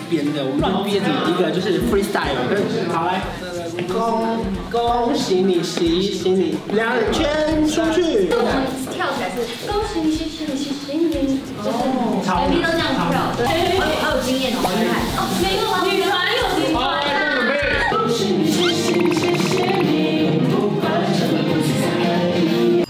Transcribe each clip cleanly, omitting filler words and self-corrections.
编的，我们就憋着一个就是 freestyle。好来，恭喜你，喜你，两人圈出去。 跳起来是恭喜你，喜你，就是 MV 都这样跳，对，好有经验哦，厉害。哦，没有啊，女团有女团啊。恭喜你，谢你，不管什么不在意。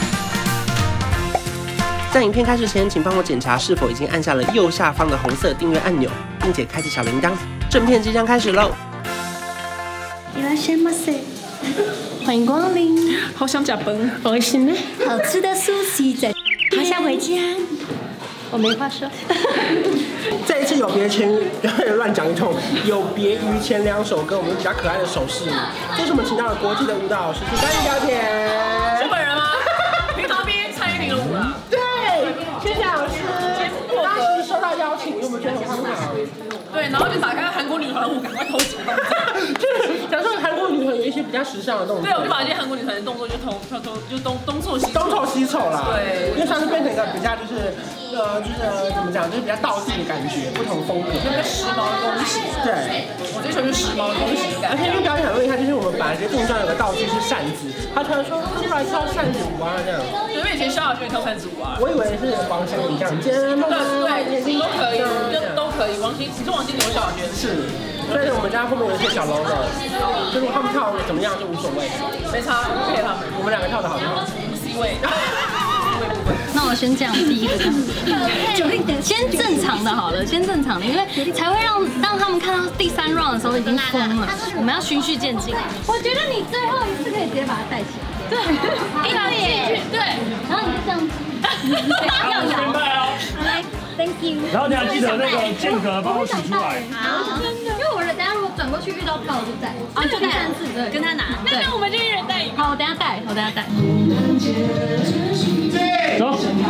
在影片开始前，请帮我检查是否已经按下了右下方的红色订阅按钮，并且开启小铃铛。正片即将开始喽！ いらっしゃいませ，欢迎光临。 好想假崩， 不好意思呢。好吃的苏西在，好想回家。我没话说。 这一次有别前乱讲一通，有别于前2首歌，我们比较可爱的手势，这是我们请到了国际的舞蹈老师，是丹妮小姐。 是本人吗？平常边蔡依林的舞啊。 对，萱小老师，当时收到邀请，因为我们觉得很好。 对，然后就打开韩国女团的舞，赶快偷几个动作。 就是假如说韩国女团有一些比较时尚的动作， 对，我就把一些韩国女团的动作就东凑西凑啦。 对， 因为算是变成一个比较就是怎么讲，就是比较道地的感觉，不同风格， 就那个时髦的东西。 对， 我追求就是时髦的东西感。 而且因为表演很厉害，就是我们本来这个定妆有个道具是扇子，他突然说出来跳扇子舞啊这样。 因为以前萧亚轩跳扇子舞啊。 我以为是王心凌这样， 对，都可以，都可以。你是王心凌，萧亚轩是。所以我们家后面有一些小 logo， 就是他们跳怎么样就无所谓， 没差，配他们。 我们2个跳的好就好。 C 位。 那我先讲第一个，先正常的好了，先正常的，因为才会让他们看到第3 round 的时候已经疯了。我们要循序渐进。我觉得你最后一次可以直接把它带起来。对，对，然后你就这样子，要摇。来 ，Thank you。 然后你还记得那个间隔帮我取出来。 好，因为我等下如果转过去遇到爆就带，就第3次对，跟他拿。那我们就一人带一个。好，我等下带。 走。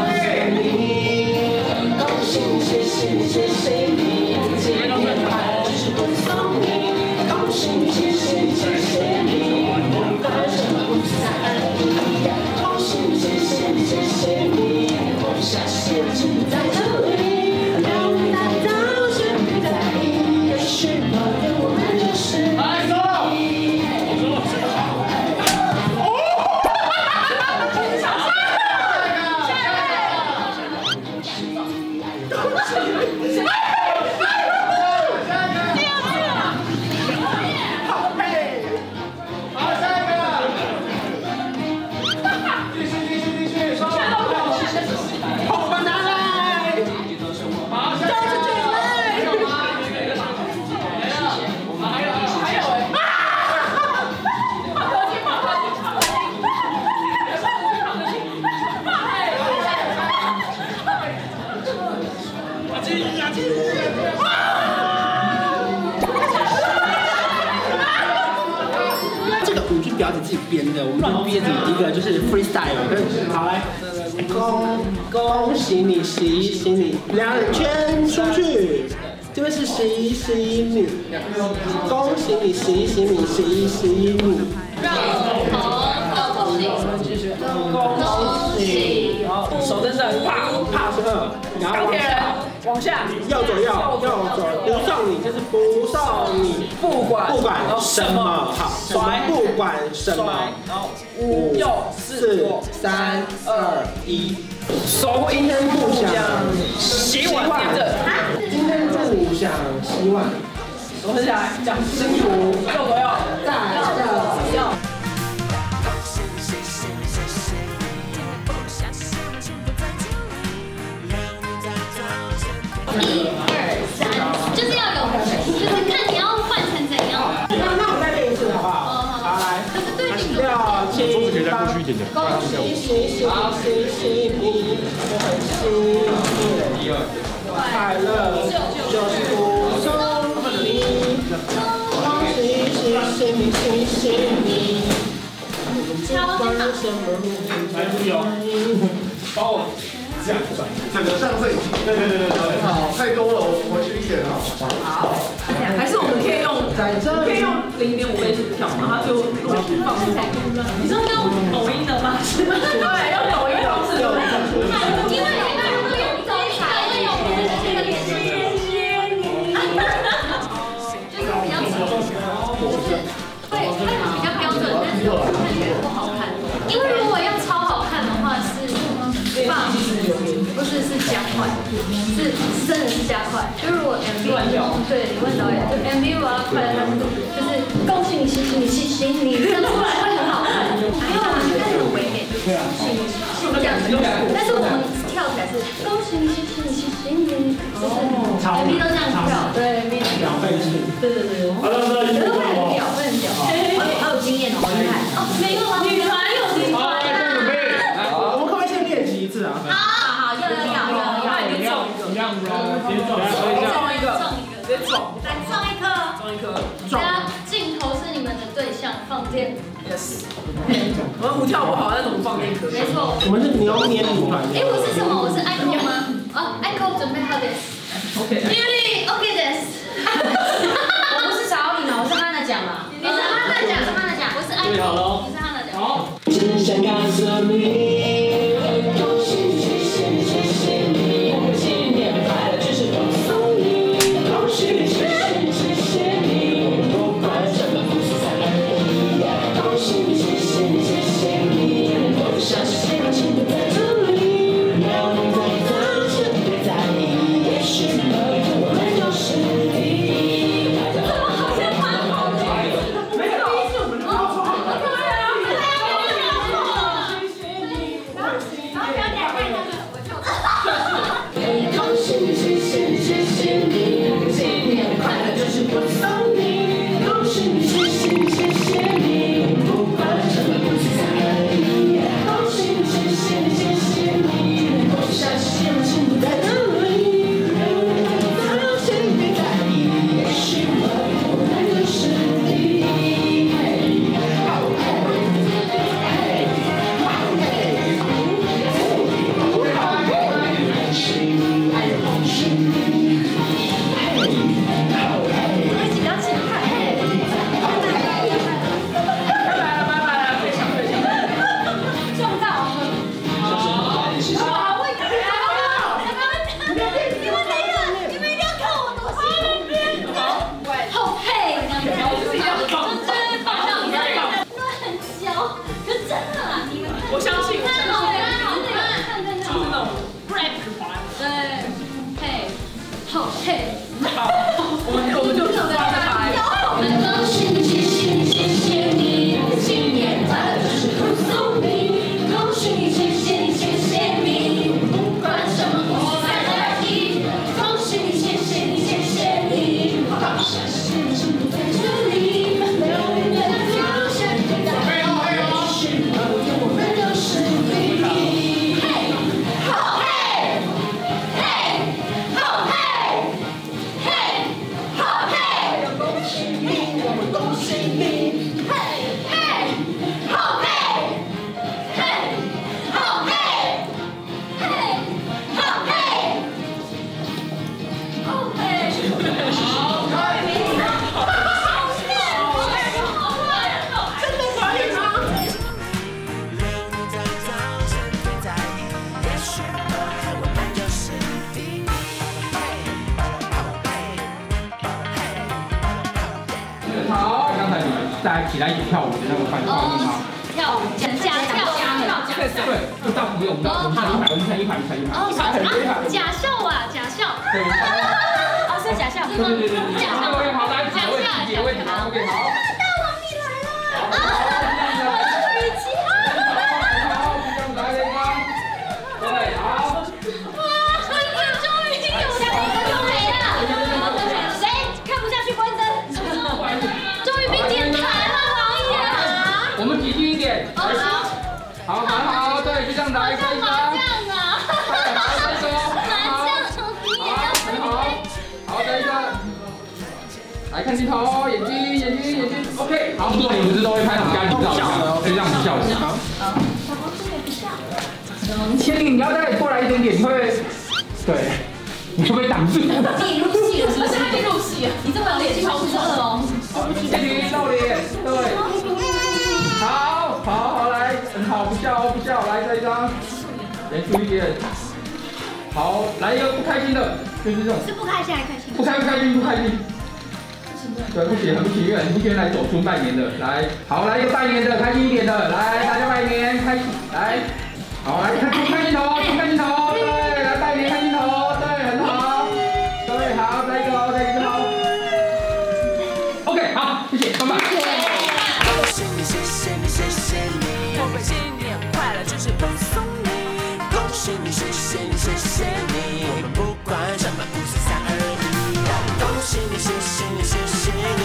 这个舞是表姐自己编的，我们就憋着一个就是 freestyle。好来，恭喜你，喜你，两人圈出去。这边是喜你，恭喜你，喜你。恭喜， 好，手真的怕是2，然后钢铁人往下， 右左，不送你就是不送你，不管什么好，不管什么， 然后5、4、 3、2、1， 手今天不想洗碗连着， 今天不想洗碗， 手分下来，讲辛苦，右左右， 再右。 1、2、3，就是要有，就是看你要换成怎样。 那我再练一次好不好？好来，6、7、8，恭喜你，我很幸运，快乐就是不送你，恭喜你，不管什么路， 来注意哦，帮我这样转， 整个上摄影机。对，好，太多了，我回去一点好。 好，还是我们可以用0.5倍速跳，然后它就放出来。你说用抖音的方式？对，用抖音的方式。 因为如果用抖音，会有别人这个脸。 不好看，因为如果要超好看的话是放，不是加快，是真的是加快。就如果 MV 对你问导演，就 MV 我要快的那种，就是恭喜你，谢谢你，谢谢你，这样出来会很好看。因为我们看很唯美，就是恭喜你，这样子。但是我们跳起来是恭喜你，谢谢你，谢谢你，就是 MV 都这样跳，对 MV 两倍速。 对。 好了， 会很屌，会很屌，好有经验哦，好厉害。哦，没有啊，女团有女团啊。 好，我们可不可以先练习一次啊？ 好，要， 那你就中一个， 一样的，直接撞， 中一个，直接撞， 来撞一颗， 撞。 大家镜头是你们的对象，放电。 Yes。我们舞跳不好，但是我们放电可以。 没错。 我们是牛年舞团。 哎，我是什么？我是 Echo 吗？哦，Echo 准备好this。 OK。 Beauty OK this。 我不是小李嘛，我是汉娜讲嘛。 你是汉娜讲，我是 Echo， 你是汉娜讲。 好。 只想告诉你，恭喜你，谢谢你，谢谢你，新年快乐，就是恭送你，恭喜你，谢谢你，谢谢你，不管什么不是在哪里，恭喜你，谢谢你，谢谢你，我相信爱情不在这里，要你在当前，别在意，也许我们就是你。怎么好像蛮好的？没有，是我们的高潮。恭喜你，谢谢你，谢谢你，新年快乐，就是我送你。恭喜你，谢谢你，谢谢你，不管什么不是在哪里。恭喜你，谢谢你，谢谢你，我相信爱情不在哪里，当心别在意，也许我们就是你。 我相信， 看好看， 就是那种 rap 团。 对，嘿，好嘿， 好，我们就抓着拍。 恭喜你，谢谢你，谢谢你，新年快乐，就是恭送你。恭喜你，谢谢你，谢谢你，不管什么我在哪里。恭喜你，谢谢你，谢谢你，我相信爱情不在这里，没有人能发现，也许我们就是你。嘿，好嘿，嘿，好嘿，嘿，好嘿，恭喜你，我们恭喜你，嘿，嘿，好嘿，嘿，好嘿，嘿，好嘿，好嘿。 好，刚才你们大家起来一起跳舞的那个反应吗？ 跳假跳， 对，就到不用，我们乘一排， 哦，假笑啊，假笑， 对， 哦，是假笑， 对， 假笑， 位好，大家几个位置，OK， 好。 大王你来了，我是雨琦， 对，好。 哇，终于有2个就没了，谁看不下去关灯？终于被点台了，王爷。 我们集聚一点。好，对，就这样子，一个。 麻将啊！麻将，你也要很好，等一下，来看镜头，眼睛 ，OK， 好，做你不是都会拍什么家庭照，可以让你笑一下。好。千里，你要再过来一点点，你会，对，你会不会挡住？ 你入戏了，是不是？你入戏了，你这么有脸超色哦！ 千里露脸，对。好，来，很好，不笑，来这一张，严肃一点。好，来一个不开心的，就是这种。 是不开心还开心？ 不开心。 对不起，很不情愿，不愿来走出拜年的，来，好，来一个拜年的，开心一点的，来，大家拜年，开心，来，好，来看镜头，看镜头，对，来拜年看镜头，对，很好，对，好，再一个哦，再一个哦 ，OK， 好，谢谢，拜拜。 恭喜你，谢谢你，谢谢你，我们新年快乐，就是恭送你。恭喜你，谢谢你，谢谢你，我们不管什么5、4、3、2、1。恭喜你，谢谢你，谢谢你。